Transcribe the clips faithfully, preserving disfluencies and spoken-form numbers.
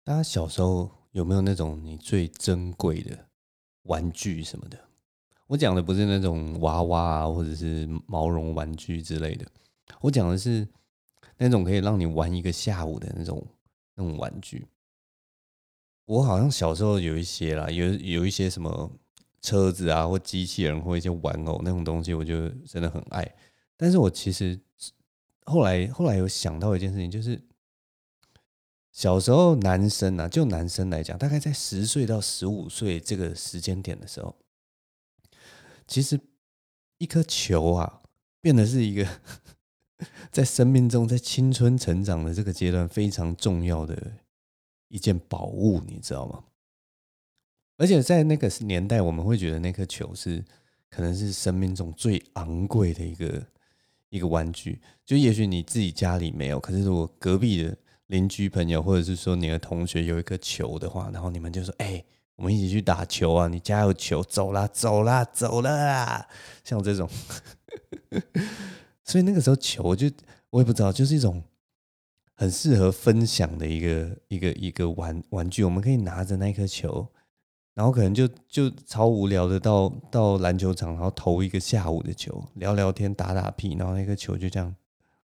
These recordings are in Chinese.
大家小时候有没有那种你最珍贵的玩具什么的？我讲的不是那种娃娃啊，或者是毛绒玩具之类的，我讲的是那种可以让你玩一个下午的那种那种玩具。我好像小时候有一些啦，有有一些什么车子啊，或机器人，或一些玩偶那种东西，我就真的很爱。但是我其实后来后来有想到一件事情，就是小时候男生啊，就男生来讲，大概在十岁到十五岁这个时间点的时候，其实一颗球啊，变得是一个在生命中在青春成长的这个阶段非常重要的一件宝物，你知道吗？而且在那个年代，我们会觉得那颗球是可能是生命中最昂贵的一个一个玩具。就也许你自己家里没有，可是如果隔壁的邻居朋友，或者是说你的同学有一颗球的话，然后你们就说：“哎、欸我们一起去打球啊！你家有球，走啦，走啦，走了啦！”像这种，所以那个时候球就我也不知道，就是一种很适合分享的一个一个一个玩玩具。我们可以拿着那颗球，然后可能就就超无聊的到到篮球场，然后投一个下午的球，聊聊天，打打屁，然后那个球就这样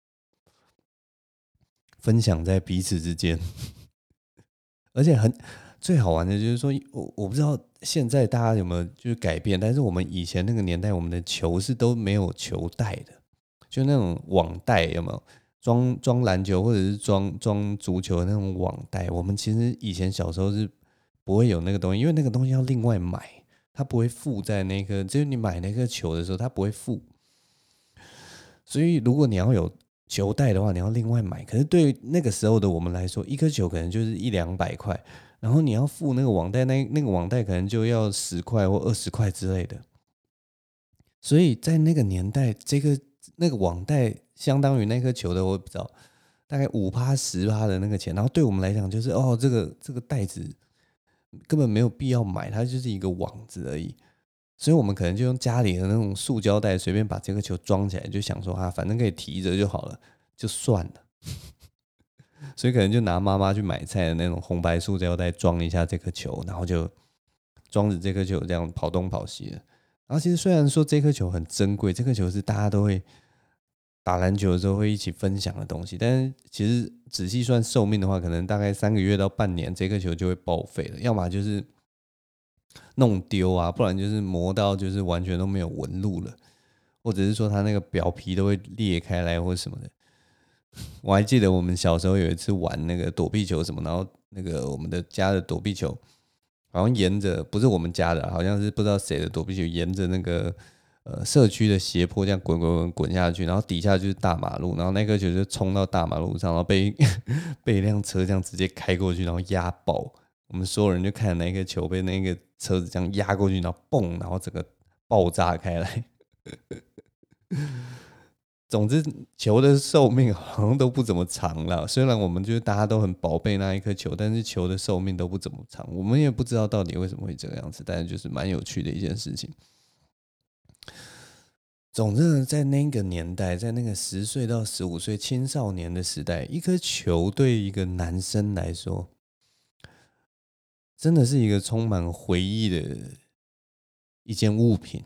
分享在彼此之间，而且很最好玩的就是说，我我不知道现在大家有没有就是改变，但是我们以前那个年代，我们的球是都没有球带的，就那种网袋有没有？装装篮球或者是装装足球的那种网袋，我们其实以前小时候是不会有那个东西，因为那个东西要另外买，它不会附在那个，就是你买那个球的时候，它不会附。所以如果你要有球袋的话，你要另外买。可是对于那个时候的我们来说，一颗球可能就是一两百块，然后你要付那个网袋，那那个网袋可能就要十块或二十块之类的。所以在那个年代，这个那个网袋相当于那颗球的，我不知道大概五趴十趴的那个钱。然后对我们来讲，就是哦，这个这个袋子根本没有必要买，它就是一个网子而已。所以我们可能就用家里的那种塑胶袋，随便把这个球装起来，就想说啊，反正可以提着就好了，就算了。所以可能就拿妈妈去买菜的那种红白塑胶袋装一下这颗球，然后就装着这颗球这样跑东跑西的。然后其实虽然说这颗球很珍贵，这颗球是大家都会打篮球的时候会一起分享的东西，但是其实仔细算寿命的话，可能大概三个月到半年，这颗球就会报废了，要么就是弄丢啊，不然就是磨到就是完全都没有纹路了，或者是说它那个表皮都会裂开来或什么的。我还记得我们小时候有一次玩那个躲避球什么，然后那个我们的家的躲避球好像沿着不是我们家的，好像是不知道谁的躲避球沿着那个呃社区的斜坡这样滚滚滚滚下去，然后底下就是大马路，然后那颗球就冲到大马路上，然后被被一辆车这样直接开过去，然后压爆。我们所有人就看那颗球被那个车子这样压过去，然后蹦，然后整个爆炸开来。总之，球的寿命好像都不怎么长了。虽然我们就是大家都很宝贝那一颗球，但是球的寿命都不怎么长。我们也不知道到底为什么会这个样子，但是就是蛮有趣的一件事情。总之呢，在那个年代，在那个十岁到十五岁青少年的时代，一颗球对一个男生来说，真的是一个充满回忆的一件物品。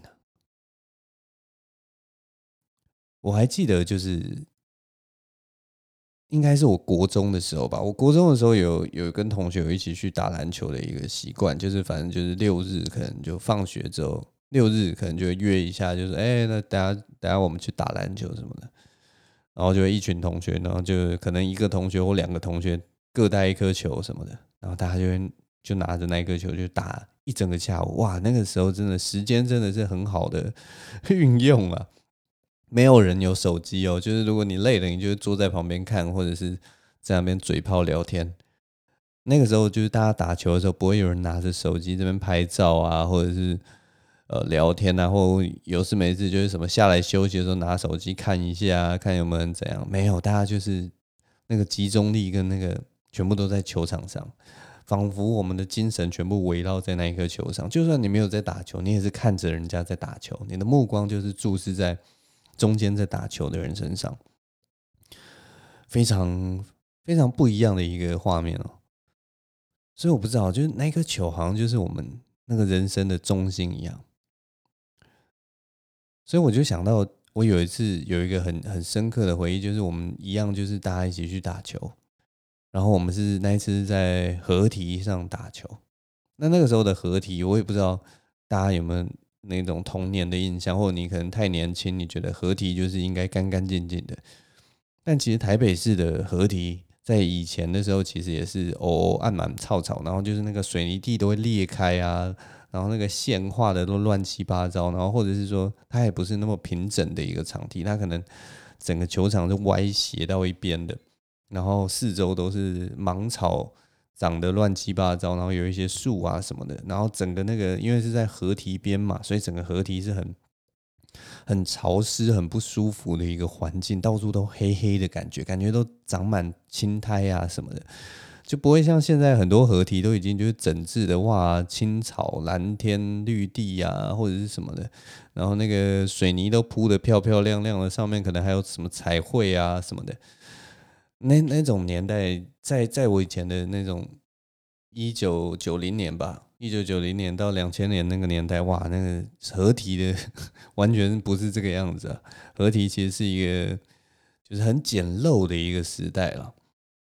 我还记得，就是应该是我国中的时候吧。我国中的时候有有跟同学有一起去打篮球的一个习惯，就是反正就是六日可能就放学之后，六日可能就会约一下，就是哎、欸那等下等下我们去打篮球什么的。然后就会一群同学，然后就可能一个同学或两个同学各带一颗球什么的，然后大家就会就拿着那一颗球就打一整个下午。哇，那个时候真的时间真的是很好的运用啊！没有人有手机哦，就是如果你累了，你就坐在旁边看，或者是在那边嘴炮聊天。那个时候就是大家打球的时候，不会有人拿着手机这边拍照啊，或者是呃聊天啊，或有事没事就是什么下来休息的时候拿手机看一下，看有没有人怎样。没有，大家就是那个集中力跟那个全部都在球场上，仿佛我们的精神全部围绕在那一颗球上。就算你没有在打球，你也是看着人家在打球，你的目光就是注视在中间在打球的人身上，非常非常不一样的一个画面哦。 所以我不知道，就是那颗球好像就是我们那个人生的中心一样。所以我就想到，我有一次有一个很很深刻的回忆，就是我们一样，就是大家一起去打球，然后我们是那一次是在河堤上打球。那那个时候的河堤，我也不知道大家有没有那种童年的印象，或者你可能太年轻，你觉得河堤就是应该干干净净的。但其实台北市的河堤在以前的时候，其实也是偶偶暗满草草，然后就是那个水泥地都会裂开啊，然后那个线画的都乱七八糟，然后或者是说它也不是那么平整的一个场地，它可能整个球场是歪斜到一边的，然后四周都是芒草长得乱七八糟，然后有一些树啊什么的，然后整个那个因为是在河堤边嘛，所以整个河堤是很很潮湿、很不舒服的一个环境，到处都黑黑的感觉，感觉都长满青苔啊什么的，就不会像现在很多河堤都已经就是整治的哇，青草、蓝天、绿地啊，或者是什么的，然后那个水泥都铺得漂漂亮亮的，上面可能还有什么彩绘啊什么的。那那种年代，在在我以前的那种一九九零年吧，一九九零年到两千年那个年代，哇，那个合体的完全不是这个样子啊！合体其实是一个就是很简陋的一个时代了。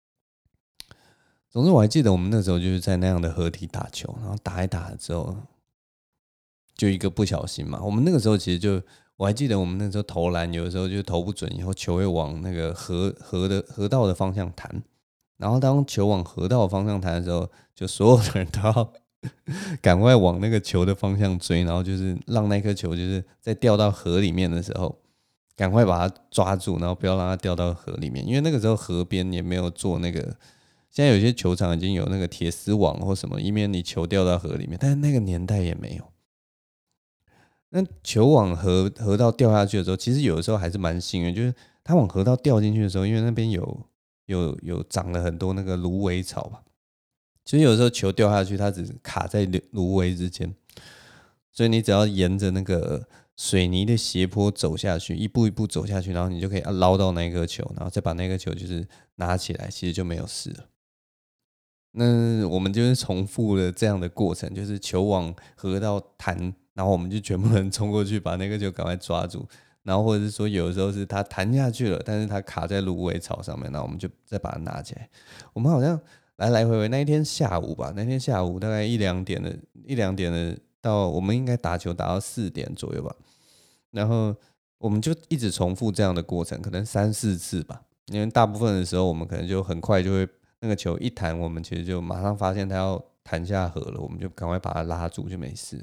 总之，我还记得我们那时候就是在那样的合体打球，然后打一打之后，就一个不小心嘛。我们那个时候其实就，我还记得我们那时候投篮，有的时候就投不准，以后球会往那个河河的河道的方向弹。然后当球往河道的方向弹的时候，就所有的人都要赶快往那个球的方向追，然后就是让那颗球就是在掉到河里面的时候，赶快把它抓住，然后不要让它掉到河里面，因为那个时候河边也没有做那个。现在有些球场已经有那个铁丝网或什么，以免你球掉到河里面，但是那个年代也没有。那球往河河道掉下去的时候，其实有的时候还是蛮幸运，就是它往河道掉进去的时候，因为那边有有有长了很多那个芦苇草吧，所以有时候球掉下去，它只是卡在芦苇之间，所以你只要沿着那个水泥的斜坡走下去，一步一步走下去，然后你就可以捞到那颗球，然后再把那颗球就是拿起来，其实就没有事了。那我们就是重复了这样的过程，就是球往河道弹，然后我们就全部人冲过去把那个球赶快抓住，然后或者是说有的时候是它弹下去了，但是它卡在芦苇草上面，那我们就再把它拿起来。我们好像来来回回那一天下午吧，那天下午大概一两点的，一两点的到我们应该打球打到四点左右吧，然后我们就一直重复这样的过程，可能三四次吧，因为大部分的时候我们可能就很快就会。那个球一弹，我们其实就马上发现它要弹下河了，我们就赶快把它拉住，就没事。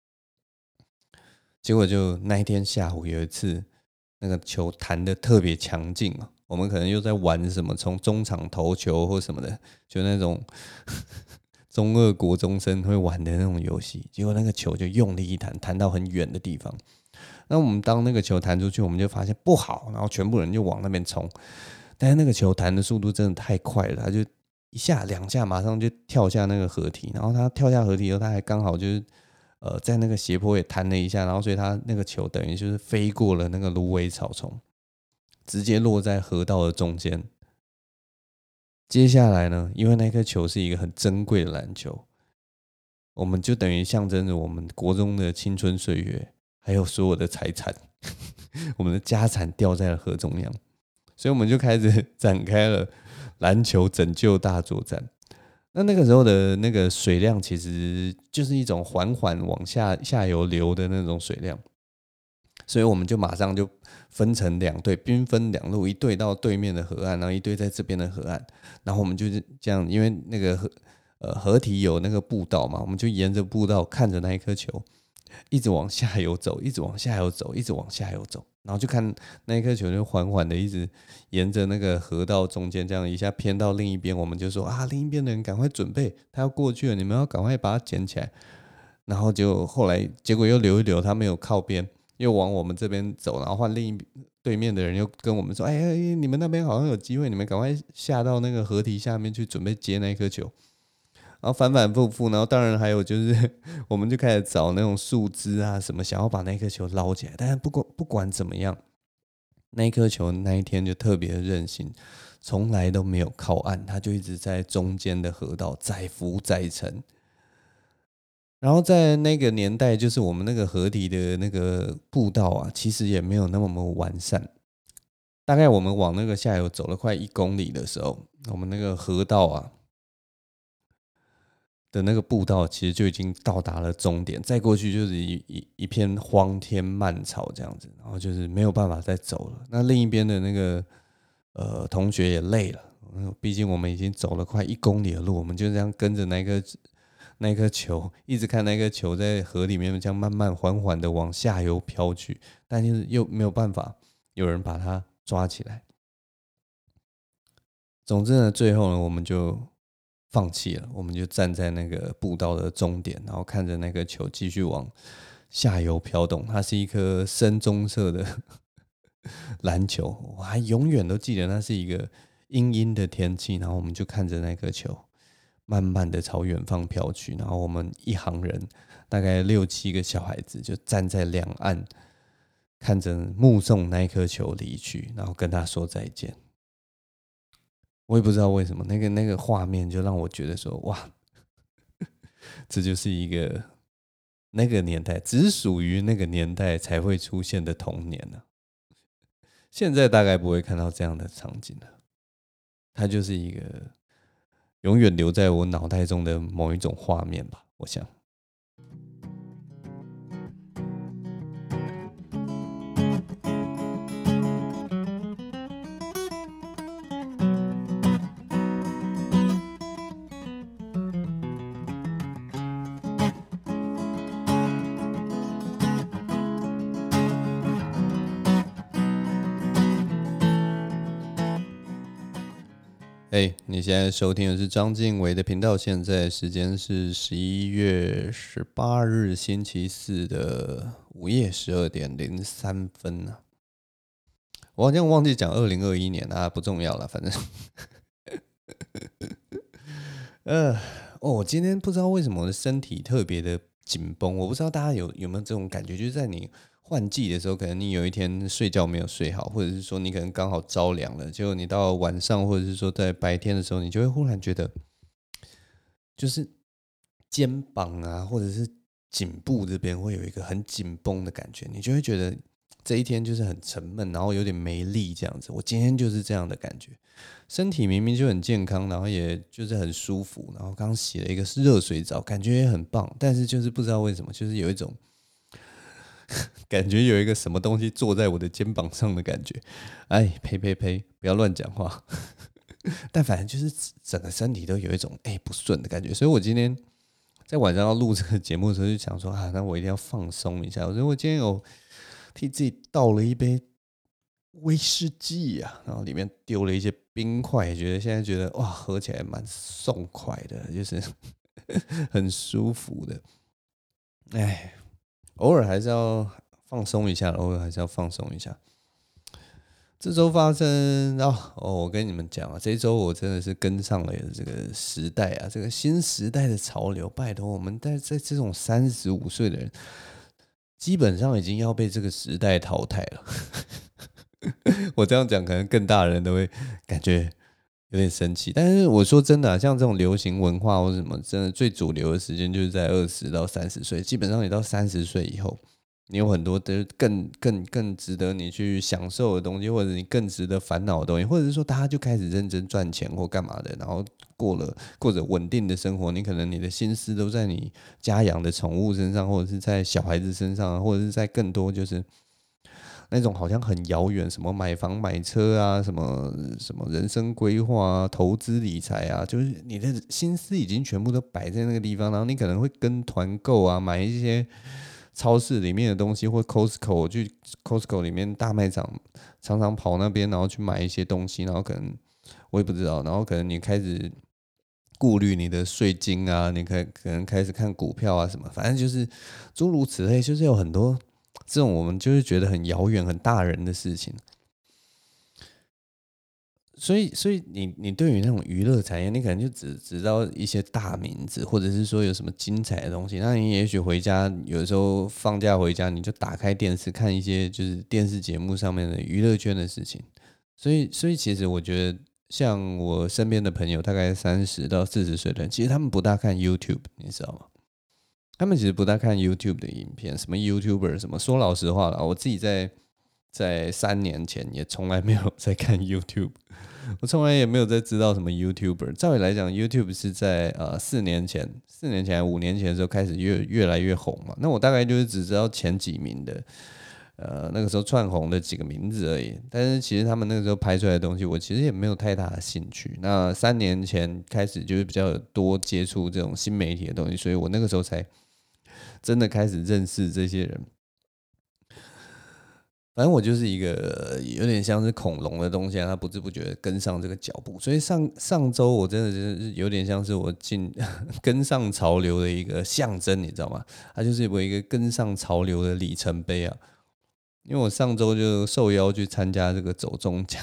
结果就那一天下午有一次，那个球弹的特别强劲啊，我们可能又在玩什么从中场投球或什么的，就那种中二国中生会玩的那种游戏。结果那个球就用力一弹，弹到很远的地方。那我们当那个球弹出去，我们就发现不好，然后全部人就往那边冲。但是那个球弹的速度真的太快了，他就一下两下马上就跳下那个河堤，然后他跳下河堤以后，他还刚好就是呃在那个斜坡也弹了一下，然后所以他那个球等于就是飞过了那个芦苇草丛，直接落在河道的中间。接下来呢，因为那颗球是一个很珍贵的篮球，我们就等于象征着我们国中的青春岁月，还有所有的财产，我们的家产掉在了河中央。所以我们就开始展开了篮球拯救大作战。那那个时候的那个水量其实就是一种缓缓往下下游流的那种水量，所以我们就马上就分成两队，兵分两路，一队到对面的河岸，然后一队在这边的河岸，然后我们就是这样，因为那个河呃河堤有那个步道嘛，我们就沿着步道看着那一颗球，一直往下游走，一直往下游走，一直往下游走，然后就看那一颗球就缓缓的一直沿着那个河道中间，这样一下偏到另一边，我们就说啊，另一边的人赶快准备，他要过去了，你们要赶快把它捡起来。然后就后来结果又留一留，他没有靠边，又往我们这边走，然后换另一对面的人又跟我们说，哎哎，你们那边好像有机会，你们赶快下到那个河堤下面去准备接那颗球。然后反反复复，然后当然还有就是，我们就开始找那种树枝啊什么，想要把那颗球捞起来。但是不管不管怎么样，那一颗球那一天就特别的任性， 从来都没有靠岸，它就一直在中间的河道载浮载沉。然后在那个年代，就是我们那个河堤的那个步道啊，其实也没有那么完善。大概我们往那个下游走了快一公里的时候，我们那个河道啊的那个步道，其实就已经到达了终点，再过去就是一一一片荒天漫草这样子，然后就是没有办法再走了。那另一边的那个呃同学也累了，毕竟我们已经走了快一公里的路，我们就这样跟着那个那颗球，一直看那个球在河里面这样慢慢缓缓的往下游飘去，但是又没有办法有人把它抓起来。总之呢，最后呢，我们就放弃了，我们就站在那个步道的终点，然后看着那个球继续往下游飘动。它是一颗深棕色的篮球，我还永远都记得那是一个阴阴的天气，然后我们就看着那颗球慢慢的朝远方飘去，然后我们一行人大概六七个小孩子就站在两岸，看着目送那一颗球离去，然后跟他说再见。我也不知道为什么，那个那个画面就让我觉得说，哇，这就是一个那个年代只属于那个年代才会出现的童年呢、啊。现在大概不会看到这样的场景了，它就是一个永远留在我脑袋中的某一种画面吧，我想。哎、hey, 你现在收听的是张敬伟的频道，现在时间是十一月十八日星期四的午夜十二点零三分啊。我好像忘记讲二零二一年啊，不重要了，反正。呃，哦，我今天不知道为什么我的身体特别的紧绷，我不知道大家有有没有这种感觉，就是在你换季的时候，可能你有一天睡觉没有睡好，或者是说你可能刚好着凉了，结果你到晚上或者是说在白天的时候，你就会忽然觉得，就是肩膀啊，或者是颈部这边会有一个很紧绷的感觉，你就会觉得这一天就是很沉闷，然后有点没力这样子。我今天就是这样的感觉，身体明明就很健康，然后也就是很舒服，然后刚洗了一个热水澡，感觉也很棒，但是就是不知道为什么，就是有一种感觉有一个什么东西坐在我的肩膀上的感觉。哎，呸呸呸，不要乱讲话。但反正就是整个身体都有一种哎不顺的感觉，所以我今天在晚上要录这个节目的时候，就想说啊，那我一定要放松一下。所以我今天有替自己倒了一杯威士忌啊，然后里面丢了一些冰块，觉得现在觉得哇，喝起来蛮爽快的，就是很舒服的。哎，偶尔还是要放松一下，偶尔还是要放松一下。这周发生啊、哦，我跟你们讲啊，这周我真的是跟上了这个时代啊，这个新时代的潮流。拜托，我们在在这种三十五岁的人，基本上已经要被这个时代淘汰了。我这样讲，可能更大的人都会感觉有点生气。但是我说真的、啊，像这种流行文化或什么，真的最主流的时间就是在二十到三十岁。基本上你到三十岁以后，你有很多的更更更值得你去享受的东西，或者你更值得烦恼的东西，或者是说大家就开始认真赚钱或干嘛的，然后过了过着稳定的生活。你可能你的心思都在你家养的宠物身上，或者是在小孩子身上，或者是在更多就是那种好像很遥远，什么买房买车啊，什么什么人生规划啊，投资理财啊，就是你的心思已经全部都摆在那个地方，然后你可能会跟团购啊，买一些超市里面的东西，或 Costco 去 Costco 里面大卖场，常常跑那边，然后去买一些东西，然后可能我也不知道，然后可能你开始顾虑你的税金啊，你可可能开始看股票啊什么，反正就是诸如此类，就是有很多这种我们就是觉得很遥远、很大人的事情。所以，所以你你对于那种娱乐产业，你可能就只知道一些大名字，或者是说有什么精彩的东西。那你也许回家，有时候放假回家，你就打开电视看一些就是电视节目上面的娱乐圈的事情。所以，所以其实我觉得像我身边的朋友，大概三十到四十岁的人，其实他们不大看 YouTube，你知道吗？他们其实不大看 YouTube 的影片，什么 YouTuber 什么。说老实话啦，我自己在在三年前也从来没有在看 YouTube，我从来也没有在知道什么 YouTuber。照理来讲，YouTube 是在呃四年前、四年前、五年前的时候开始越越来越红嘛。那我大概就是只知道前几名的，呃，那个时候窜红的几个名字而已。但是其实他们那个时候拍出来的东西，我其实也没有太大的兴趣。那三年前开始就是比较多接触这种新媒体的东西，所以我那个时候才真的开始认识这些人。反正我就是一个有点像是恐龙的东西啊，它不知不觉地跟上这个脚步，所以上上周我真的是有点像是我进跟上潮流的一个象征，你知道吗？它就是我一个跟上潮流的里程碑啊。因为我上周就受邀去参加这个走中奖，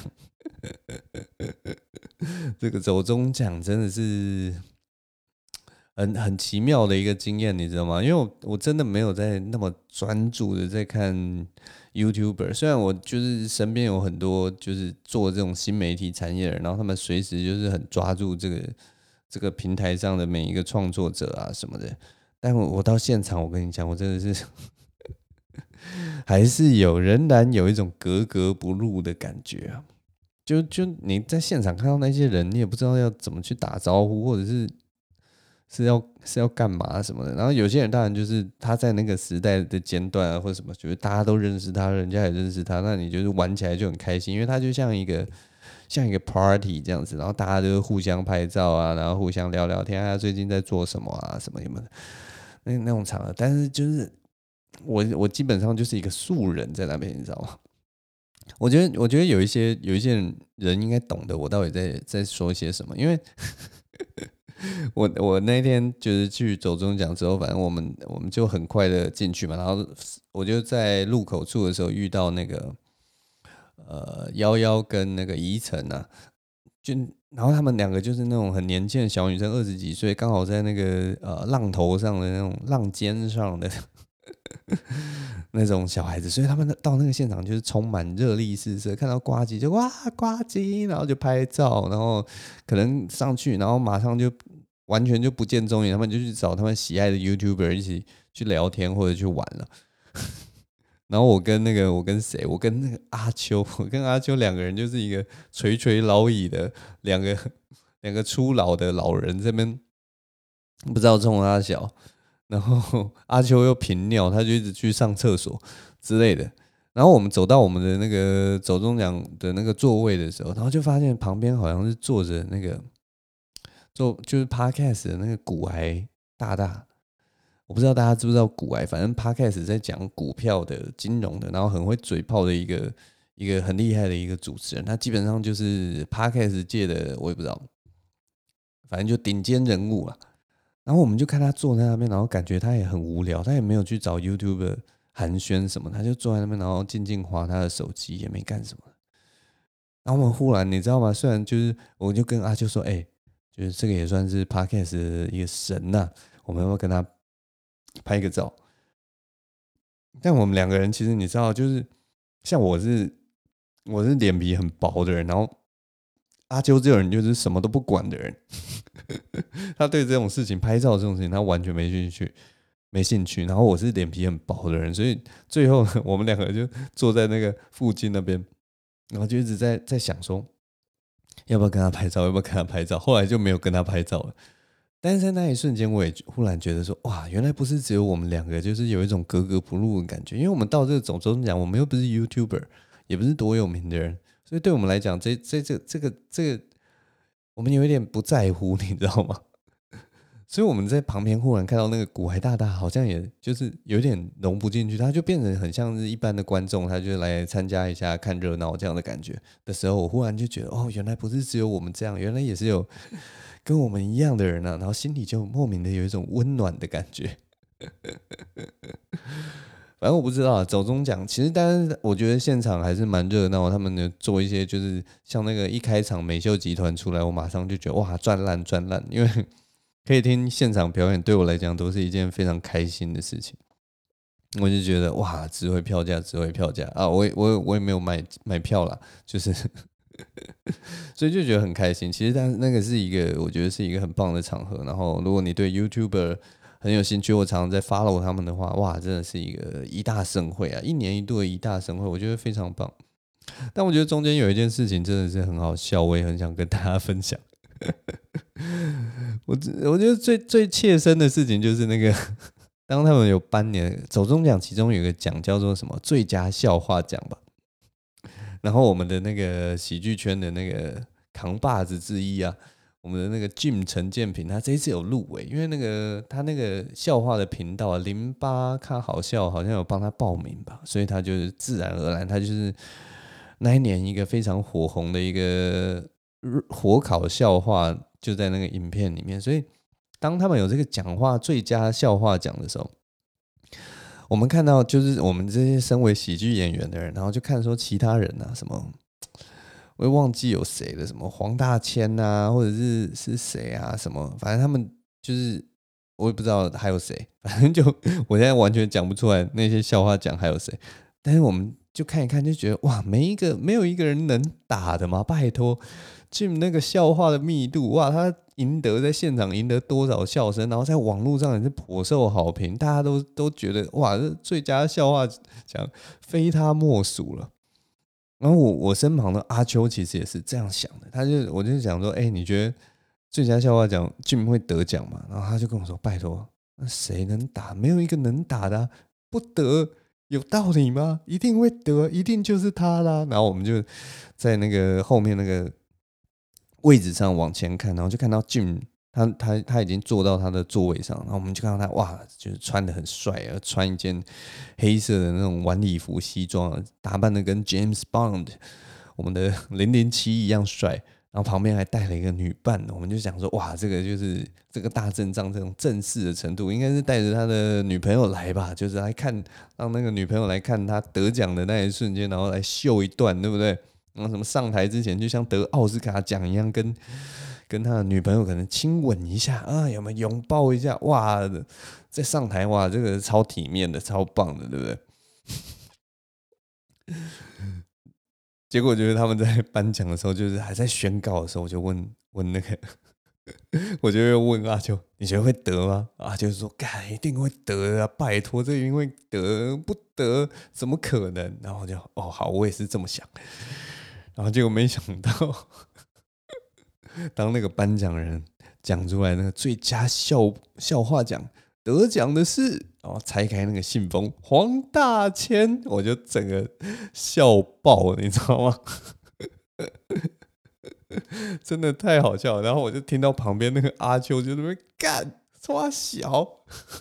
这个走中奖真的是很很奇妙的一个经验，你知道吗？因为我我真的没有在那么专注的在看 YouTuber，虽然我就是身边有很多就是做这种新媒体产业的人，然后他们随时就是很抓住这个这个平台上的每一个创作者啊什么的，但我我到现场，我跟你讲，我真的是还是有仍然有一种格格不入的感觉啊。就就你在现场看到那些人，你也不知道要怎么去打招呼，或者是是要是要干嘛什么的。然后有些人当然就是他在那个时代的尖段啊，或者什么，觉得大家都认识他，人家也认识他，那你就是玩起来就很开心，因为他就像一个像一个 party 这样子，然后大家就互相拍照啊，然后互相聊聊天啊，他最近在做什么啊，什么什么的那那种场合。但是就是我我基本上就是一个素人在那边，你知道吗？我觉得我觉得有一些有一些人人应该懂得我到底在在说些什么，因为我我那天就是去走中奖之后，反正我们我们就很快的进去嘛，然后我就在入口处的时候遇到那个呃幺幺跟那个宜晨啊，就然后他们两个就是那种很年轻的小女生，二十几岁，刚好在那个呃浪头上的那种浪尖上的那种小孩子，所以他们到那个现场就是充满热力四射，看到呱吉就哇呱吉，然后就拍照，然后可能上去，然后马上就完全就不见踪影，他们就去找他们喜爱的 YouTuber 一起去聊天或者去玩了。然后我跟那个我跟谁，我跟那个阿秋，我跟阿秋两个人就是一个垂垂老矣的两个两个初老的老人这边不知道冲他小。然后阿秋又频尿，他就一直去上厕所之类的。然后我们走到我们的那个走中奖的那个座位的时候，然后就发现旁边好像是坐着那个做就是 podcast 的那个股癌大大。我不知道大家知不知道股癌，反正 podcast 在讲股票的、金融的，然后很会嘴炮的一个一个很厉害的一个主持人，他基本上就是 podcast 界的，我也不知道，反正就顶尖人物啊。然后我们就看他坐在那边，然后感觉他也很无聊，他也没有去找 YouTube 寒暄什么，他就坐在那边，然后静静滑他的手机，也没干什么。然后我们忽然，你知道吗？虽然就是，我就跟阿秋说，哎、欸，就是这个也算是 Podcast 的一个神呐、啊，我们要不要跟他拍个照？但我们两个人其实你知道，就是像我是我是脸皮很薄的人，然后阿秋这种人就是什么都不管的人，他对这种事情拍照这种事情他完全没兴趣，没兴趣。然后我是脸皮很薄的人，所以最后我们两个就坐在那个附近那边，然后就一直在在想说，要不要跟他拍照，要不要跟他拍照。后来就没有跟他拍照了。但是在那一瞬间，我也忽然觉得说，哇，原来不是只有我们两个，就是有一种格格不入的感觉。因为我们到这个走中奖，我们又不是 YouTuber，也不是多有名的人，所以对我们来讲，这这这这个这个，我们有一点不在乎，你知道吗？所以我们在旁边忽然看到那个古海大大，好像也就是有点融不进去，他就变成很像是一般的观众，他就来参加一下看热闹这样的感觉的时候，我忽然就觉得，哦，原来不是只有我们这样，原来也是有跟我们一样的人啊，然后心里就莫名的有一种温暖的感觉。反正我不知道啊，走中奖其实，但是我觉得现场还是蛮热闹。他们呢做一些就是像那个一开场美秀集团出来，我马上就觉得哇赚烂赚烂，因为可以听现场表演，对我来讲都是一件非常开心的事情。我就觉得哇，值回票价，值回票价啊！我也我也我也没有买买票啦，就是所以就觉得很开心。其实，但是那个是一个，我觉得是一个很棒的场合。然后，如果你对 YouTuber 很有兴趣，我常常在 follow 他们的话，哇，真的是一个一大盛会啊！一年一度的一大盛会，我觉得非常棒。但我觉得中间有一件事情真的是很好笑，我也很想跟大家分享。我我觉得最最切身的事情就是那个，当他们有颁年走中奖，其中有一个奖叫做什么最佳笑话奖吧。然后我们的那个喜剧圈的那个扛把子之一啊，我们的那个 Jim 陈建平，他这一次有入围，因为那个他那个笑话的频道啊，零八看好笑好像有帮他报名吧，所以他就是自然而然，他就是那一年一个非常火红的一个火烤笑话，就在那个影片里面，所以当他们有这个讲话最佳笑话奖的时候。我们看到就是我们这些身为喜剧演员的人，然后就看说其他人啊，什么我也忘记有谁了，什么黄大千啊，或者是是谁啊，什么，反正他们就是我也不知道还有谁，反正就我现在完全讲不出来那些笑话讲还有谁，但是我们就看一看就觉得哇，没一个没有一个人能打的嘛，拜托，Jim 那个笑话的密度哇，他赢得在现场赢得多少笑声，然后在网络上也是颇受好评，大家都都觉得哇，这最佳笑话奖非他莫属了。然后我我身旁的阿秋其实也是这样想的，他就我就想说，哎、欸，你觉得最佳笑话奖 Jim 会得奖吗？然后他就跟我说，拜托，那谁能打？没有一个能打的、啊，不得有道理吗？一定会得，一定就是他啦。然后我们就在那个后面那个位置上往前看，然后就看到 Jim 他他他已经坐到他的座位上，然后我们就看到他哇，就是穿得很帅啊，穿一件黑色的那种晚礼服西装，打扮的跟 James Bond 我们的零零七一样帅，然后旁边还带了一个女伴，我们就想说哇，这个就是这个大阵仗这种正式的程度，应该是带着他的女朋友来吧，就是来看让那个女朋友来看他得奖的那一瞬间，然后来秀一段，对不对？然后什么上台之前就像得奥斯卡奖一样，跟跟他的女朋友可能亲吻一下啊，有没有拥抱一下？哇，在上台哇，这个超体面的，超棒的，对不对？结果就是他们在颁奖的时候，就是还在宣告的时候，我就问问那个，我就又问阿秋，你觉得会得吗？阿秋说，干一定会得啊，拜托，这一定会得，不得怎么可能？然后我就哦好，我也是这么想。然后结果没想到，当那个颁奖人讲出来那个最佳笑笑话奖得奖的是，然后拆开那个信封，黄大千，我就整个笑爆了，你知道吗？真的太好笑了。然后我就听到旁边那个阿秋就在那边干抓小。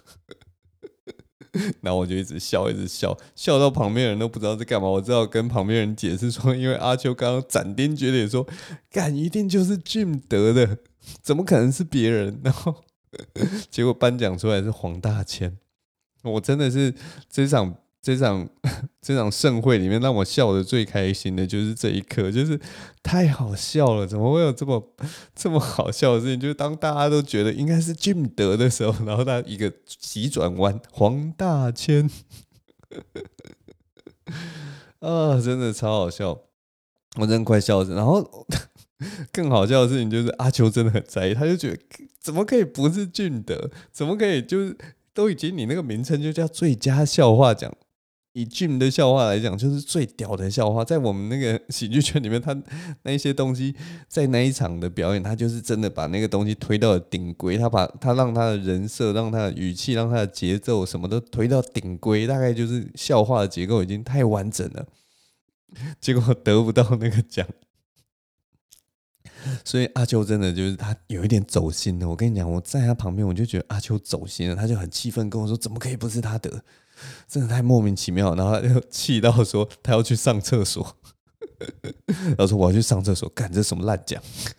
然后我就一直笑，一直笑，笑到旁边人都不知道在干嘛。我只好跟旁边人解释说，因为阿秋刚刚斩钉截铁说，干一定就是 Jim 得的，怎么可能是别人？然后结果颁奖出来是黄大千，我真的是这场这场这场盛会里面让我笑的最开心的就是这一刻，就是太好笑了，怎么会有这么这么好笑的事情？就是当大家都觉得应该是 Jim 得的时候，然后他一个急转弯，黄大千，啊，真的超好笑，我真的快笑死。然后更好笑的事情就是阿秋真的很在意，他就觉得怎么可以不是俊德？怎么可以就是都已经你那个名称就叫最佳笑话奖？以 Jim 的笑话来讲，就是最屌的笑话，在我们那个喜剧圈里面，他那一些东西在那一场的表演，他就是真的把那个东西推到了顶规，他把他让他的人设、让他的语气、让他的节奏什么都推到顶规，大概就是笑话的结构已经太完整了，结果得不到那个奖。所以阿秋真的就是他有一点走心了。我跟你讲，我在他旁边，我就觉得阿秋走心了，他就很气愤跟我说：“怎么可以不是他得？真的太莫名其妙。”然后他就气到说他要去上厕所，然后说我要去上厕所，干这什么烂奖，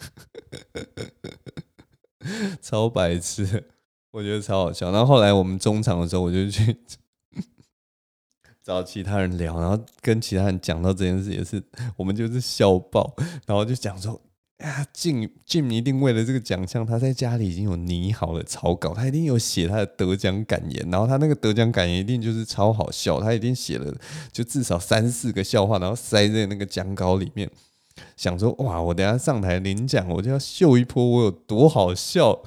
超白痴，我觉得超好笑。然后后来我们中场的时候，我就去找其他人聊，然后跟其他人讲到这件事，也是我们就是笑爆，然后就讲说。啊，Jim Jim 一定为了这个奖项，他在家里已经有拟好了草稿，他一定有写他的得奖感言，然后他那个得奖感言一定就是超好笑，他一定写了就至少三四个笑话，然后塞在那个讲稿里面。 想说哇，我等一下上台领奖，我就要秀一波我有多好笑。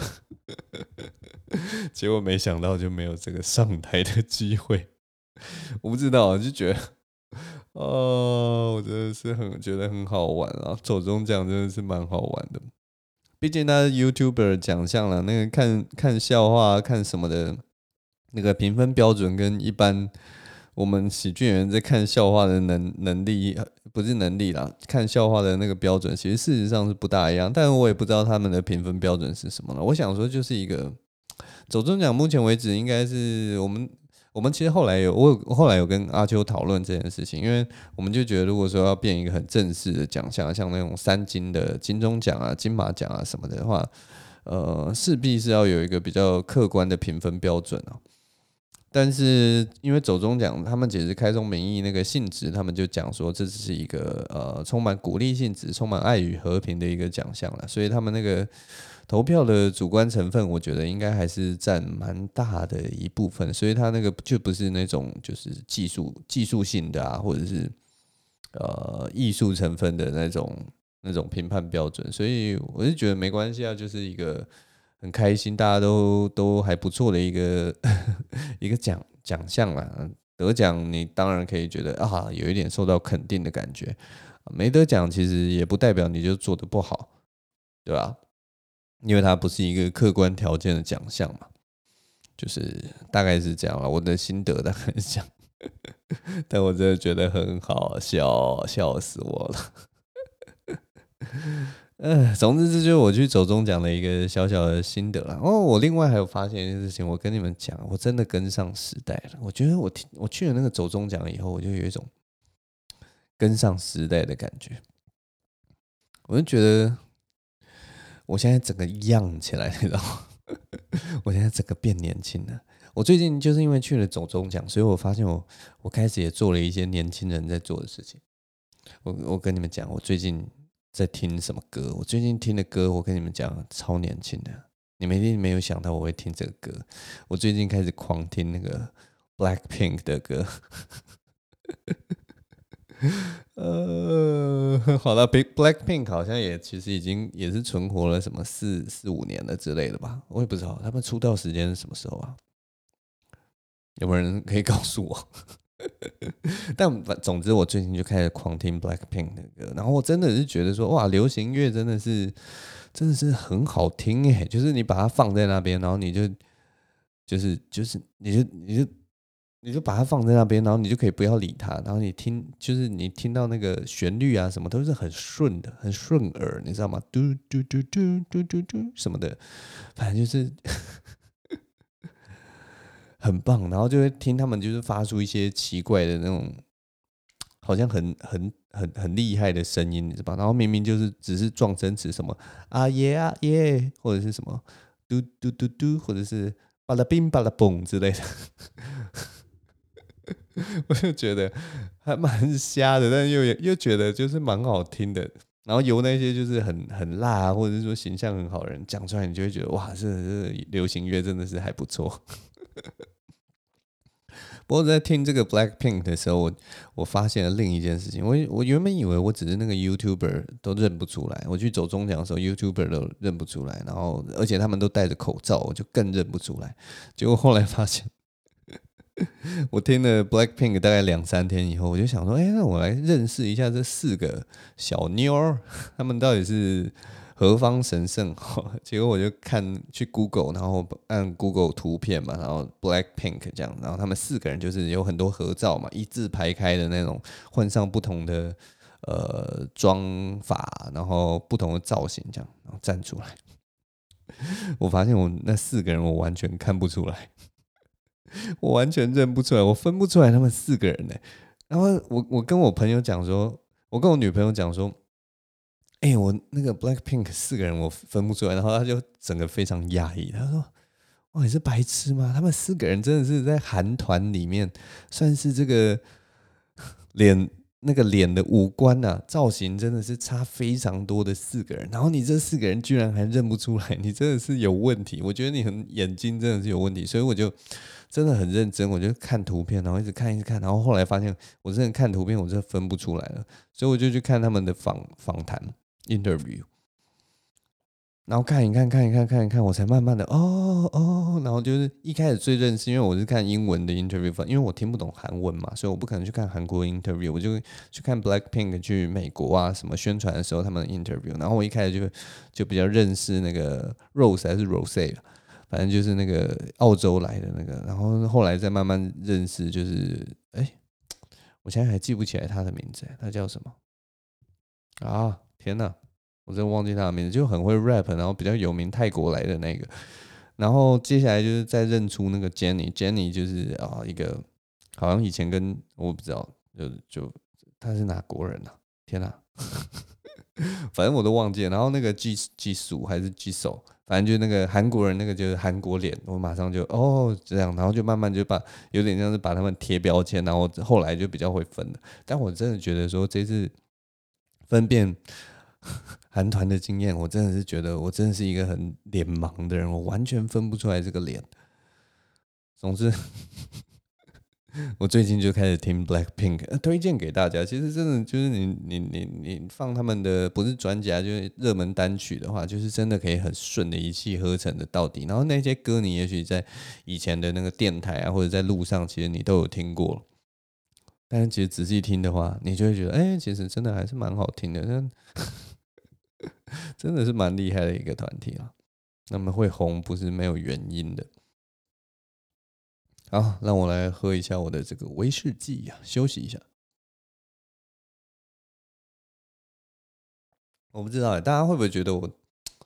结果没想到就没有这个上台的机会。我不知道，就觉得哦，我真的是很觉得很好玩啊，走中奖真的是蛮好玩的。毕竟他是 YouTuber 奖项了，那个看看笑话、看什么的，那个评分标准跟一般我们喜剧演员在看笑话的能能力，不是能力啦，看笑话的那个标准，其实事实上是不大一样。但我也不知道他们的评分标准是什么了。我想说，就是一个走中奖，目前为止应该是我们。我们其实后来有，我有后来有跟阿秋讨论这件事情，因为我们就觉得，如果说要变一个很正式的奖项，像那种三金的金钟奖啊、金马奖啊什么的话，呃，势必是要有一个比较客观的评分标准啊。但是因为走中奖，他们其实开宗明义那个性质，他们就讲说这只是一个呃充满鼓励性质、充满爱与和平的一个奖项了，所以他们那个投票的主观成分，我觉得应该还是占蛮大的一部分，所以他那个就不是那种就是技术技术性的啊，或者是呃艺术成分的那种那种评判标准，所以我是觉得没关系啊，就是一个很开心，大家都都还不错的一个一个奖奖项啦。得奖你当然可以觉得啊，有一点受到肯定的感觉，没得奖其实也不代表你就做得不好，对吧？因为它不是一个客观条件的奖项嘛，就是大概是这样了。我的心得大概是这样，但我真的觉得很好笑，笑死我了。呃，总之这就是我去走中奖的一个小小的心得啦。哦，我另外还有发现一件事情，我跟你们讲，我真的跟上时代了。我觉得我我去了那个走中奖以后，我就有一种跟上时代的感觉。我就觉得我现在整个样起来，你知道吗？我现在整个变年轻了。我最近就是因为去了走中奖，所以我发现我我开始也做了一些年轻人在做的事情。我我跟你们讲，我最近在听什么歌？我最近听的歌，我跟你们讲，超年轻的。你们一定没有想到我会听这个歌。我最近开始狂听那个 Blackpink 的歌。呃，好了，Blackpink 好像也其实已经也是存活了什么四四五年了之类的吧，我也不知道他们出道时间是什么时候啊？有没有人可以告诉我？但总之，我最近就开始狂听 Blackpink 的歌，然后我真的是觉得说，哇，流行乐真的是真的是很好听诶，就是你把它放在那边，然后你就就是就是你就你就你就把它放在那边，然后你就可以不要理它，然后你听就是你听到那个旋律啊什么都是很顺的，很顺耳，你知道吗？嘟嘟嘟嘟嘟嘟嘟什么的，反正就是很棒，然后就会听他们就是发出一些奇怪的那种，好像很很很很厉害的声音，你知道吧？然后明明就是只是撞声词什么啊耶啊耶，或者是什么嘟嘟嘟嘟，或者是巴拉冰巴拉嘣之类的，我就觉得还蛮瞎的，但是又又觉得就是蛮好听的。然后由那些就是很很辣，或者是说形象很好的人讲出来，你就会觉得哇，这这流行乐真的是还不错。不过在听这个 Blackpink 的时候，我我发现了另一件事情。我我原本以为我只是那个 YouTuber 都认不出来，我去走中奖的时候，YouTuber 都认不出来，然后而且他们都戴着口罩，我就更认不出来。结果后来发现，我听了 Blackpink 大概两三天以后，我就想说，哎、欸，那我来认识一下这四个小妞儿，他们到底是何方神圣？结果我就看去 Google， 然后按 Google 图片嘛，然后 Blackpink 这样，然后他们四个人就是有很多合照嘛，一字排开的那种，换上不同的呃妆法，然后不同的造型这样，然后站出来。我发现我那四个人我完全看不出来。我完全认不出来，我分不出来他们四个人呢、欸。然后我我跟我朋友讲说，我跟我女朋友讲说，哎、欸，我那个 Blackpink 四个人我分不出来，然后他就整个非常压抑，他说：“哇，你是白痴吗？他们四个人真的是在韩团里面算是这个脸那个脸的五官啊，造型真的是差非常多的四个人，然后你这四个人居然还认不出来，你真的是有问题。我觉得你很眼睛真的是有问题，所以我就真的很认真，我就看图片，然后一直看一直看，然后后来发现我真的看图片我真的分不出来了，所以我就去看他们的访访谈 interview。然后看一看，看一看，看一看，我才慢慢的哦哦，然后就是一开始最认识，因为我是看英文的 interview，因为我听不懂韩文嘛，所以我不可能去看韩国 interview，我就去看 Blackpink 去美国啊什么宣传的时候他们的 interview，然后我一开始就就比较认识那个 Rose 还是 Rose，反正就是那个澳洲来的那个，然后后来再慢慢认识，就是哎，我现在还记不起来他的名字，他叫什么啊？天哪！我真的忘记他的名字，就很会 rap，然后比较有名，泰国来的那个。然后接下来就是再认出那个 Jenny，Jenny 就是啊一个好像以前跟我不知道，就就他是哪国人啊？天哪，反正我都忘记了。然后那个 G G 数还是 G 手，反正就是那个韩国人，那个就是韩国脸，我马上就哦这样，然后就慢慢就把有点像是把他们贴标签，然后后来就比较会分了。但我真的觉得说这次分辨韩团的经验，我真的是觉得我真的是一个很脸盲的人，我完全分不出来这个脸。总之，我最近就开始听 Blackpink，、呃、推荐给大家。其实真的就是你你你你放他们的不是专辑啊，就是热门单曲的话，就是真的可以很顺的一气呵成的到底。然后那些歌你也许在以前的那个电台啊，或者在路上，其实你都有听过了。但是其实仔细听的话，你就会觉得，哎、欸，其实真的还是蛮好听的。真的是蛮厉害的一个团体啊。那么会红不是没有原因的。好，让我来喝一下我的这个威士忌呀、啊，休息一下。我不知道大家会不会觉得我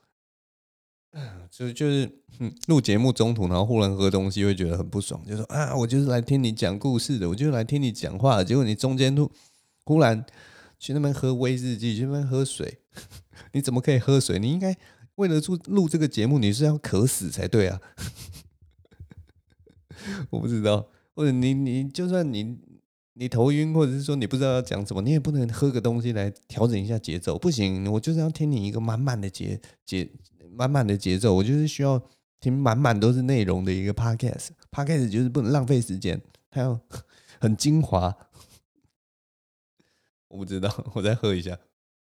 就就是录节目中途，然后忽然喝东西，会觉得很不爽，就说啊，我就是来听你讲故事的，我就是来听你讲话的，结果你中间突忽然去那边喝威士忌，去那边喝水，你怎么可以喝水？你应该为了录录这个节目，你是要渴死才对啊！我不知道，或者你你就算你你头晕，或者是说你不知道要讲什么，你也不能喝个东西来调整一下节奏，不行，我就是要听你一个满满的节节满满的节奏，我就是需要听满满都是内容的一个 podcast，podcast 就是不能浪费时间，它要很精华。我不知道，我再喝一下，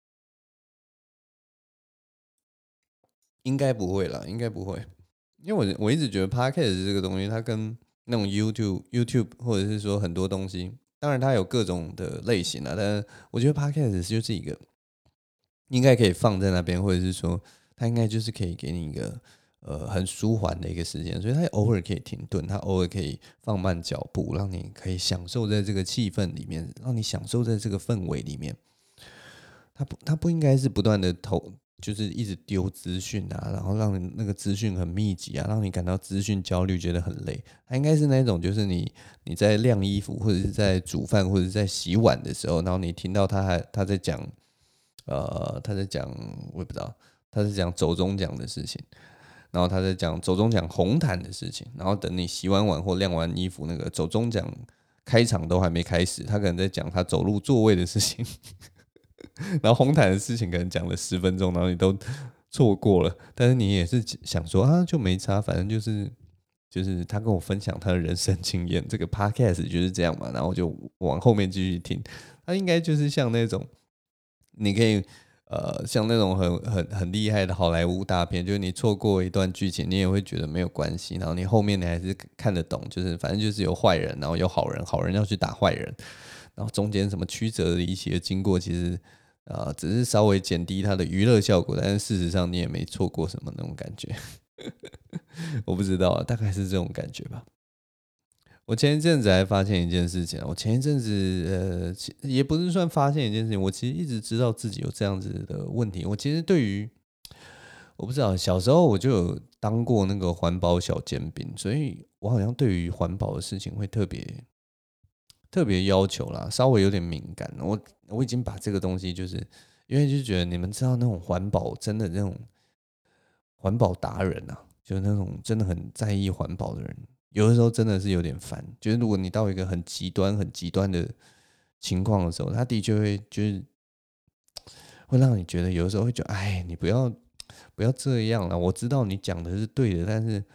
应该不会啦，应该不会。因为我我一直觉得 podcast 这个东西，它跟那种 YouTube、YouTube 或者是说很多东西，当然它有各种的类型啊，但是我觉得 podcast 就是一个应该可以放在那边，或者是说它应该就是可以给你一个呃很舒缓的一个时间，所以它偶尔可以停顿，它偶尔可以放慢脚步，让你可以享受在这个气氛里面，让你享受在这个氛围里面。它不，它不应该是不断的投，就是一直丢资讯啊，然后让你那个资讯很密集啊，让你感到资讯焦虑，觉得很累。它应该是那种，就是你你在晾衣服，或者是在煮饭，或者是在洗碗的时候，然后你听到他还他在讲，呃，他在讲，我也不知道，他在讲走中奖的事情，然后他在讲走中奖红毯的事情，然后等你洗完碗或晾完衣服，那个走中奖开场都还没开始，他可能在讲他走路座位的事情。然后红毯的事情可能讲了十分钟，然后你都错过了，但是你也是想说啊，就没差，反正就是就是他跟我分享他的人生经验，这个 podcast 就是这样嘛，然后就往后面继续听，他应该就是像那种你可以呃像那种很很很厉害的好莱坞大片，就是你错过一段剧情，你也会觉得没有关系，然后你后面你还是看得懂，就是反正就是有坏人，然后有好人，好人要去打坏人。然后中间什么曲折离奇的经过，其实呃只是稍微减低它的娱乐效果，但是事实上你也没错过什么那种感觉。我不知道啊，大概是这种感觉吧。我前一阵子还发现一件事情啊，我前一阵子呃也不是算发现一件事情，我其实一直知道自己有这样子的问题。我其实对于我不知道小时候我就有当过那个环保小尖兵，所以我好像对于环保的事情会特别特别要求啦，稍微有点敏感。我我已经把这个东西，就是因为就觉得你们知道那种环保真的那种环保达人啊，就是那种真的很在意环保的人，有的时候真的是有点烦。就是如果你到一个很极端、很极端的情况的时候，他的确会就是会让你觉得有的时候会觉得，哎，你不要不要这样了。我知道你讲的是对的，但是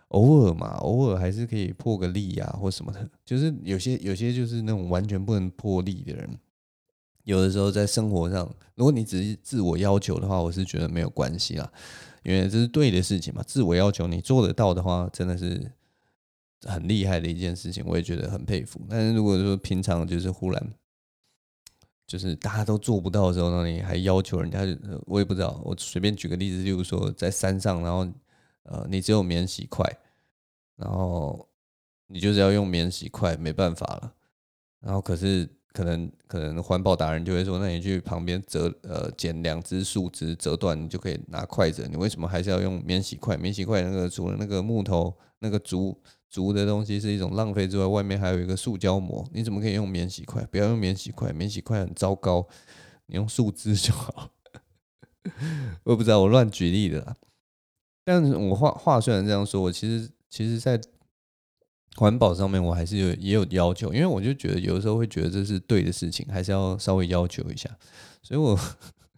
偶尔嘛，偶尔还是可以破个例啊，或什么的。就是有些有些就是那种完全不能破例的人，有的时候在生活上，如果你只是自我要求的话，我是觉得没有关系啦，因为这是对的事情嘛。自我要求你做得到的话，真的是很厉害的一件事情，我也觉得很佩服。但是如果说平常就是忽然就是大家都做不到的时候，那你还要求人家，我也不知道。我随便举个例子，例如说在山上，然后呃，你只有免洗筷，然后你就是要用免洗筷，没办法了。然后可是可能可能环保达人就会说，那你去旁边折呃剪两只树枝折断，你就可以拿筷子。你为什么还是要用免洗筷？免洗筷那个除了那个木头那个竹竹的东西是一种浪费之外，外面还有一个塑胶膜，你怎么可以用免洗筷？不要用免洗筷，免洗筷很糟糕，你用树枝就好。我也不知道，我乱举例的啦。但是我话话虽然这样说，我其实其实在环保上面我还是有也有要求，因为我就觉得有的时候会觉得这是对的事情，还是要稍微要求一下。所以我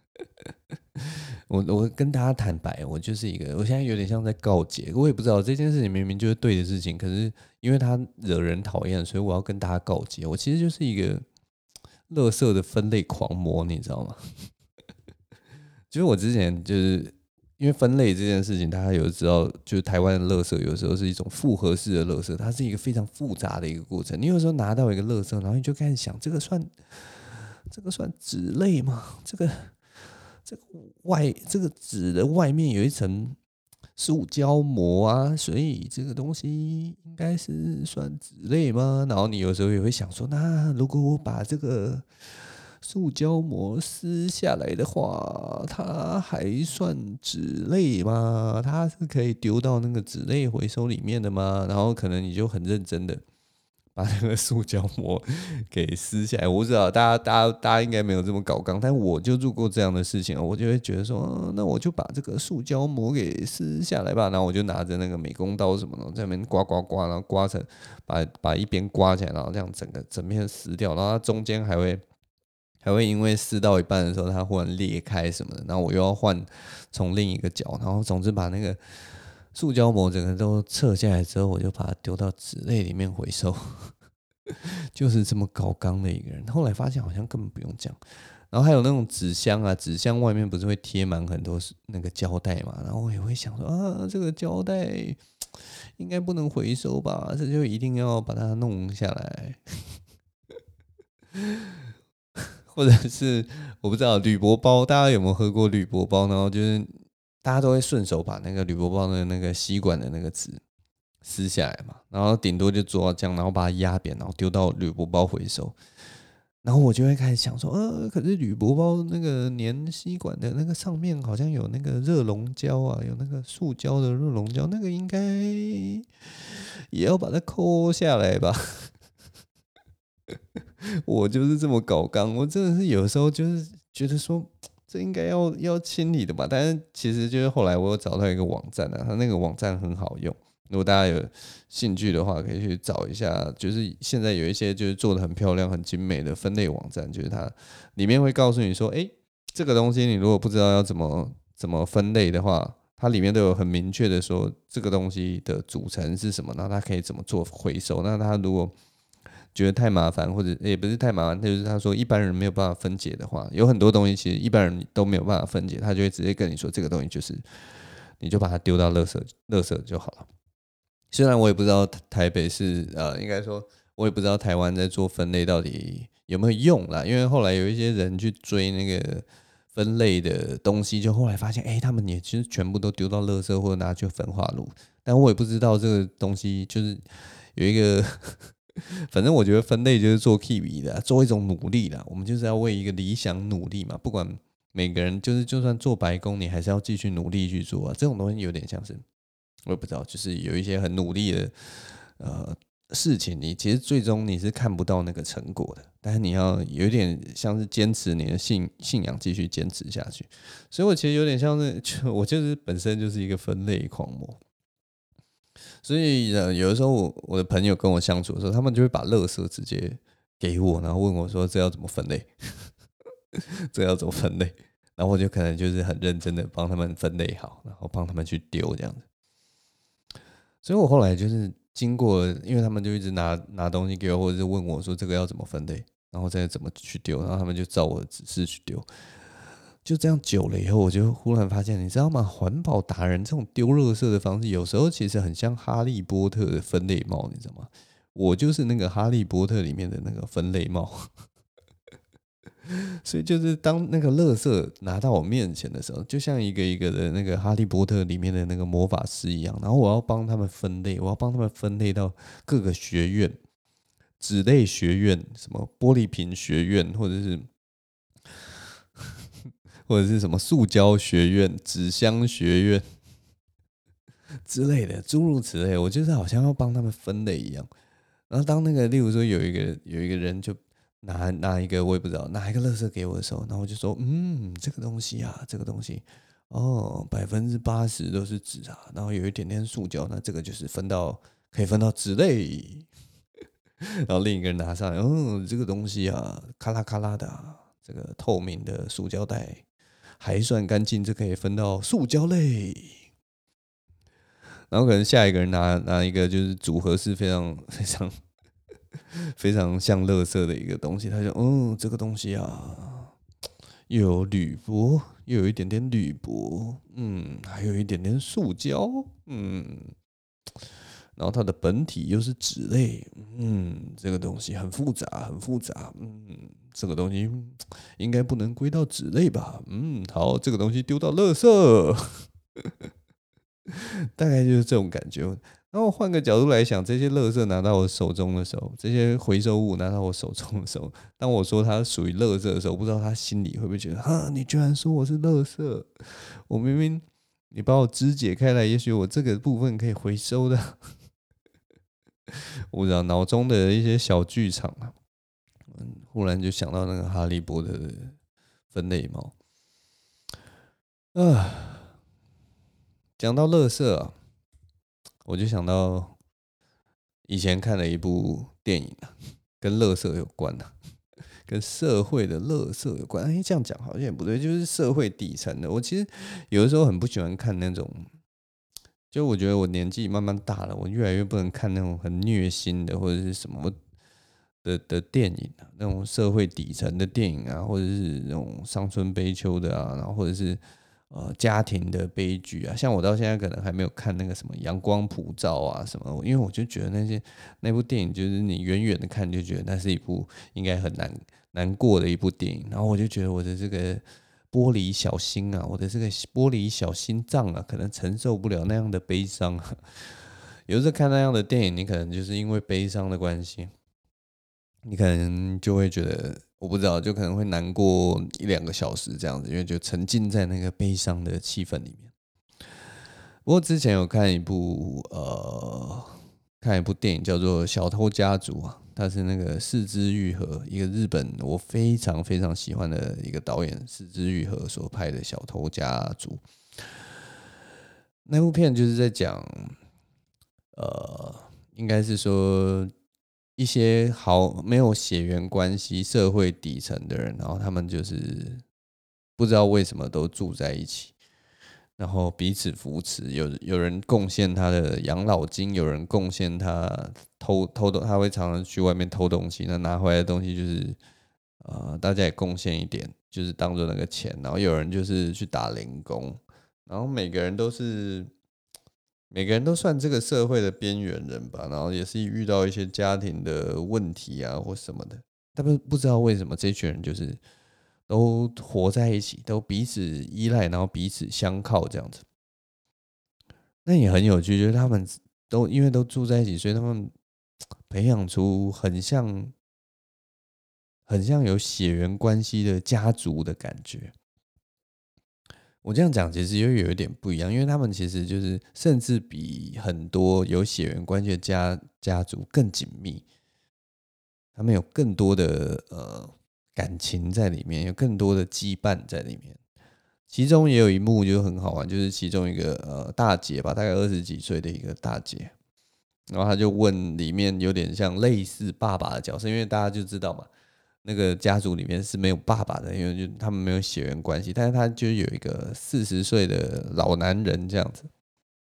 我我跟大家坦白，我就是一个，我现在有点像在告诫，我也不知道这件事情明明就是对的事情，可是因为它惹人讨厌，所以我要跟大家告诫。我其实就是一个垃圾的分类狂魔，你知道吗？就是我之前就是因为分类这件事情，大家有知道，就是台湾的垃圾有时候是一种复合式的垃圾，它是一个非常复杂的一个过程。你有时候拿到一个垃圾，然后你就开始想，这个算这个算纸类吗？这个这个外这个纸的外面有一层塑胶膜啊，所以这个东西应该是算纸类吗？然后你有时候也会想说，那如果我把这个塑胶膜撕下来的话，它还算纸类吗？它是可以丢到那个纸类回收里面的吗？然后可能你就很认真的把那个塑胶膜给撕下来。我不知道大家大家大家应该没有这么搞纲，但我就做过这样的事情，我就会觉得说，啊那我就把这个塑胶膜给撕下来吧。然后我就拿着那个美工刀什么的，在那边刮刮刮，然后刮成把把一边刮起来，然后这样整个整片撕掉，然后它中间还会。还会因为撕到一半的时候，它忽然裂开什么的，然后我又要换从另一个角，然后总之把那个塑胶膜整个都撤下来之后，我就把它丢到纸类里面回收。就是这么搞纲的一个人。后来发现好像根本不用这样。然后还有那种纸箱啊，纸箱外面不是会贴满很多那个胶带嘛？然后我也会想说啊，这个胶带应该不能回收吧？这就一定要把它弄下来。或者是我不知道铝箔包，大家有没有喝过铝箔包？然后就是大家都会顺手把那个铝箔包的那个吸管的那个纸撕下来嘛，然后顶多就做到这样，然后把它压扁，然后丢到铝箔包回收。然后我就会开始想说，呃，可是铝箔包那个粘吸管的那个上面好像有那个热熔胶啊，有那个塑胶的热熔胶，那个应该也要把它抠下来吧。我就是这么搞纲，我真的是有时候就是觉得说，这应该要要清理的吧。但是其实就是后来我有找到一个网站啊，它那个网站很好用，如果大家有兴趣的话，可以去找一下。就是现在有一些就是做的很漂亮、很精美的分类网站，就是它里面会告诉你说，哎，这个东西你如果不知道要怎么怎么分类的话，它里面都有很明确的说这个东西的组成是什么，然后它可以怎么做回收。那它如果觉得太麻烦，或者也不是太麻烦，就是他说一般人没有办法分解的话，有很多东西其实一般人都没有办法分解，他就会直接跟你说这个东西就是你就把它丢到垃圾垃圾就好了。虽然我也不知道台北是呃，应该说我也不知道台湾在做分类到底有没有用啦，因为后来有一些人去追那个分类的东西，就后来发现，哎、欸，他们也其实全部都丢到垃圾或者拿去焚化炉，但我也不知道这个东西就是有一个反正我觉得分类就是做 K V 的啊，做一种努力啦。我们就是要为一个理想努力嘛，不管每个人就是就算做白工，你还是要继续努力去做啊。这种东西有点像是我也不知道，就是有一些很努力的呃事情，你其实最终你是看不到那个成果的，但是你要有一点像是坚持你的信信仰，继续坚持下去。所以我其实有点像是，就我就是本身就是一个分类狂魔。所以呃，有的时候我我的朋友跟我相处的时候，他们就会把垃圾直接给我，然后问我说这要怎么分类，这要怎么分类，然后我就可能就是很认真的帮他们分类好，然后帮他们去丢这样子。 所以我后来就是经过了，因为他们就一直拿拿东西给我，或者是问我说这个要怎么分类，然后再怎么去丢，然后他们就照我的指示去丢。就这样久了以后，我就忽然发现，你知道吗？环保达人这种丢垃圾的方式，有时候其实很像哈利波特的分类帽，你知道吗？我就是那个哈利波特里面的那个分类帽。所以就是当那个垃圾拿到我面前的时候，就像一个一个的那个哈利波特里面的那个魔法师一样，然后我要帮他们分类，我要帮他们分类到各个学院，纸类学院、什么玻璃瓶学院，或者是或者是什么塑胶学院、纸箱学院之类的，诸如此类。我就是好像要帮他们分类一样。然后当那个，例如说有一个有一个人就拿拿一个我也不知道拿一个垃圾给我的时候，然后我就说，嗯，这个东西啊，这个东西，哦，百分之八十都是纸啊，然后有一点点塑胶，那这个就是分到可以分到纸类。然后另一个人拿上来，嗯，这个东西啊，咔啦咔啦的啊，这个透明的塑胶袋还算干净，这可以分到塑胶类。然后可能下一个人拿拿一个就是组合是非常非常非常像垃圾的一个东西，他就嗯，这个东西啊，又有铝箔，又有一点点铝箔，嗯，还有一点点塑胶，嗯，然后它的本体又是纸类，嗯，这个东西很复杂，很复杂，嗯，这个东西应该不能归到纸类吧，嗯，好，这个东西丢到垃圾。大概就是这种感觉。然后换个角度来想，这些垃圾拿到我手中的时候，这些回收物拿到我手中的时候，当我说它属于垃圾的时候，不知道他心里会不会觉得，哈，你居然说我是垃圾？我明明你把我肢解开来，也许我这个部分可以回收的。我知道脑中的一些小剧场啊，嗯，忽然就想到那个哈利波特的分类帽啊。讲到垃圾啊，我就想到以前看了一部电影啊，跟垃圾有关的、啊，跟社会的垃圾有关。哎，这样讲好像也不对，就是社会底层的。我其实有的时候很不喜欢看那种，就我觉得我年纪慢慢大了，我越来越不能看那种很虐心的或者是什么的的电影啊，那种社会底层的电影啊，或者是那种伤春悲秋的啊，然后或者是呃家庭的悲剧啊，像我到现在可能还没有看那个什么《阳光普照》啊什么，因为我就觉得那些那部电影就是你远远的看就觉得那是一部应该很难难过的一部电影，然后我就觉得我的这个玻璃小心啊，我的这个玻璃小心脏啊，可能承受不了那样的悲伤啊。有时候看那样的电影，你可能就是因为悲伤的关系，你可能就会觉得，我不知道，就可能会难过一两个小时这样子，因为就沉浸在那个悲伤的气氛里面。不过之前有看一部呃，看一部电影叫做《小偷家族》啊，它是那个四之愈合，一个日本我非常非常喜欢的一个导演四之愈合所拍的《小偷家族》。那部片就是在讲，呃，应该是说一些好没有血缘关系、社会底层的人，然后他们就是不知道为什么都住在一起，然后彼此扶持，有有人贡献他的养老金，有人贡献他偷偷的，他会常常去外面偷东西，那拿回来的东西就是呃大家也贡献一点，就是当做那个钱，然后有人就是去打零工，然后每个人都是每个人都算这个社会的边缘人吧，然后也是遇到一些家庭的问题啊或什么的，但不不知道为什么这群人就是都活在一起，都彼此依赖，然后彼此相靠这样子。那也很有趣，就是他们都因为都住在一起，所以他们培养出很像很像有血缘关系的家族的感觉。我这样讲其实又有一点不一样，因为他们其实就是甚至比很多有血缘关系的家家族更紧密，他们有更多的呃感情在里面，有更多的羁绊在里面。其中也有一幕就很好玩，就是其中一个呃大姐吧，大概二十几岁的一个大姐，然后他就问里面有点像类似爸爸的角色，因为大家就知道嘛，那个家族里面是没有爸爸的，因为就他们没有血缘关系，但是他就有一个四十岁的老男人这样子，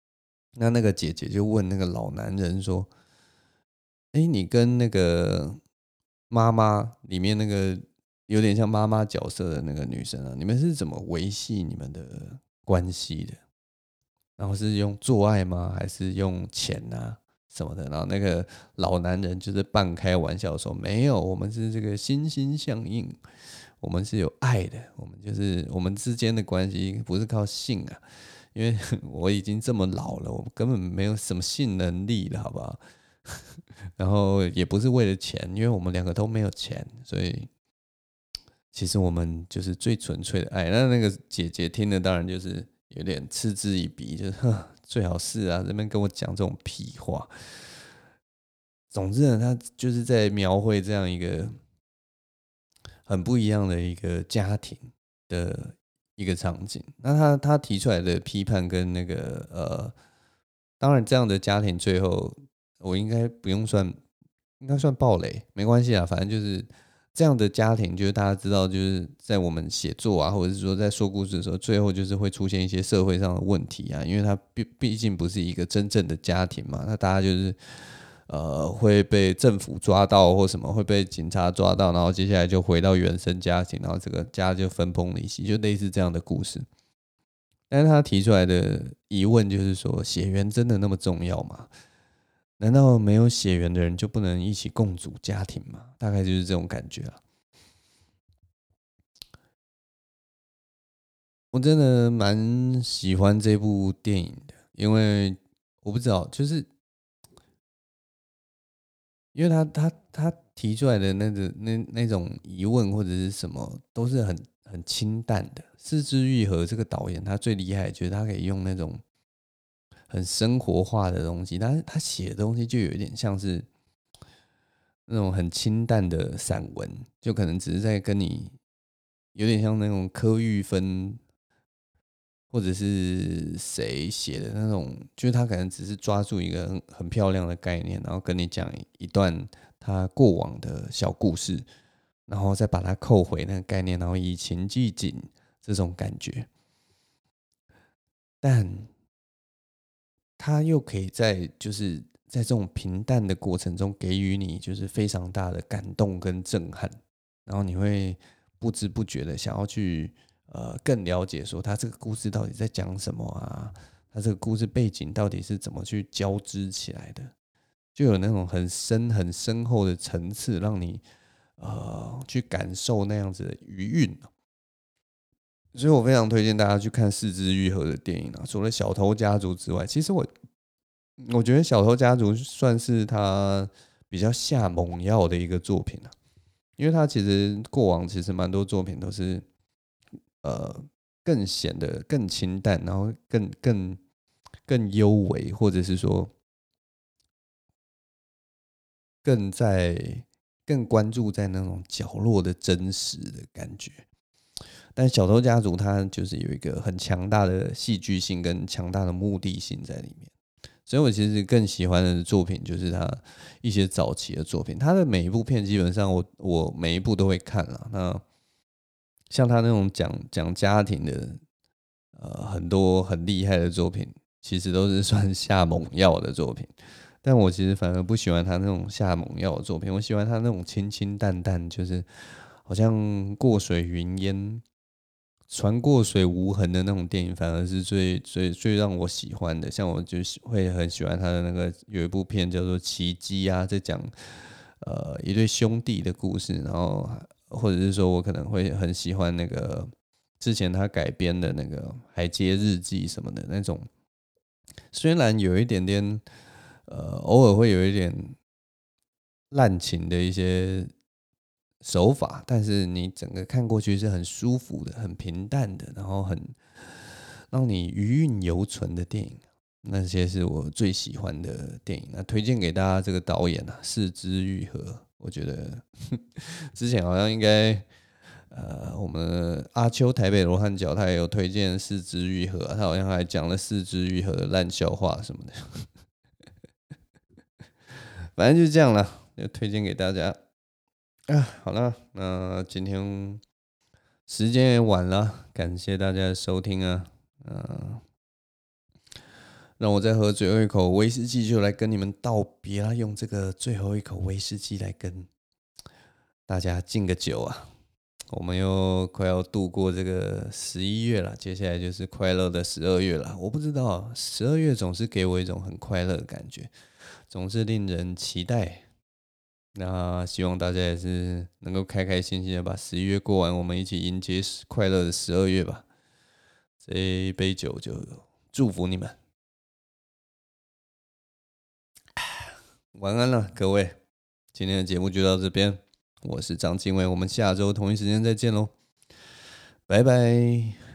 那那个姐姐就问那个老男人说：“哎，你跟那个妈妈里面那个有点像妈妈角色的那个女生啊，你们是怎么维系你们的关系的？然后是用做爱吗？还是用钱啊什么的？”然后那个老男人就是半开玩笑说：“没有，我们是这个心心相印，我们是有爱的，我们就是我们之间的关系不是靠性啊。”因为我已经这么老了，我根本没有什么性能力了，好不好？然后也不是为了钱，因为我们两个都没有钱，所以其实我们就是最纯粹的爱。那那个姐姐听了当然就是有点嗤之以鼻，就是呵，最好是啊，这边跟我讲这种屁话。总之呢，他就是在描绘这样一个很不一样的一个家庭的一个场景。那他他提出来的批判跟那个呃，当然这样的家庭最后我应该不用算，应该算暴雷，没关系啊，反正就是这样的家庭，就是大家知道，就是在我们写作啊，或者是说在说故事的时候，最后就是会出现一些社会上的问题啊，因为它毕毕竟不是一个真正的家庭嘛，那大家就是呃会被政府抓到或什么，会被警察抓到，然后接下来就回到原生家庭，然后这个家就分崩离析，就类似这样的故事。但是他提出来的疑问就是说，血缘真的那么重要吗？难道没有血缘的人就不能一起共组家庭吗？大概就是这种感觉啊。我真的蛮喜欢这部电影的，因为我不知道，就是因为他他他提出来的那个那那种疑问或者是什么，都是很很清淡的。四之愈合这个导演他最厉害，就是他可以用那种很生活化的东西，但是他写的东西就有一点像是那种很清淡的散文，就可能只是在跟你有点像那种柯玉芬或者是谁写的那种，就是他可能只是抓住一个很很漂亮的概念，然后跟你讲一段他过往的小故事，然后再把它扣回那个概念，然后以情寄景这种感觉。但他又可以在就是在这种平淡的过程中给予你就是非常大的感动跟震撼，然后你会不知不觉的想要去呃更了解说他这个故事到底在讲什么啊，他这个故事背景到底是怎么去交织起来的，就有那种很深很深厚的层次，让你呃去感受那样子的余韵。所以我非常推荐大家去看四肢愈合的电影啊，除了《小偷家族》之外，其实我我觉得《小偷家族》算是他比较下猛药的一个作品啊，因为他其实过往其实蛮多作品都是呃更显得更清淡，然后更更更幽微，或者是说更在更关注在那种角落的真实的感觉。但小偷家族它就是有一个很强大的戏剧性跟强大的目的性在里面。所以我其实更喜欢的作品就是他一些早期的作品，他的每一部片基本上我我每一部都会看了。那像他那种讲讲家庭的，呃，很多很厉害的作品，其实都是算下猛药的作品。但我其实反而不喜欢他那种下猛药的作品，我喜欢他那种清清淡淡，就是好像过水云烟、船过水无痕的那种电影，反而是最最最让我喜欢的。像我就会很喜欢他的那个有一部片叫做《奇迹》啊，在讲呃一对兄弟的故事，然后或者是说我可能会很喜欢那个之前他改编的那个《海街日记》什么的那种，虽然有一点点呃偶尔会有一点滥情的一些手法，但是你整个看过去是很舒服的、很平淡的，然后很让你余韵犹存的电影。那些是我最喜欢的电影，那推荐给大家这个导演啊，四肢愈合。我觉得之前好像应该，呃，我们阿秋台北罗汉角他也有推荐四肢愈合啊，他好像还讲了四肢愈合的烂笑话什么的，反正就是这样了，就推荐给大家啊。好了，那今天时间也晚了，感谢大家的收听啊。嗯、 让我再喝最后一口威士忌，就来跟你们道别啦。用这个最后一口威士忌来跟大家敬个酒啊！我们又快要度过这个十一月了，接下来就是快乐的十二月了。我不知道，十二月总是给我一种很快乐的感觉，总是令人期待。那希望大家也是能够开开心心的把十一月过完，我们一起迎接快乐的十二月吧。这一杯酒就祝福你们，晚安了，各位。今天的节目就到这边，我是张经纬，我们下周同一时间再见喽，拜拜。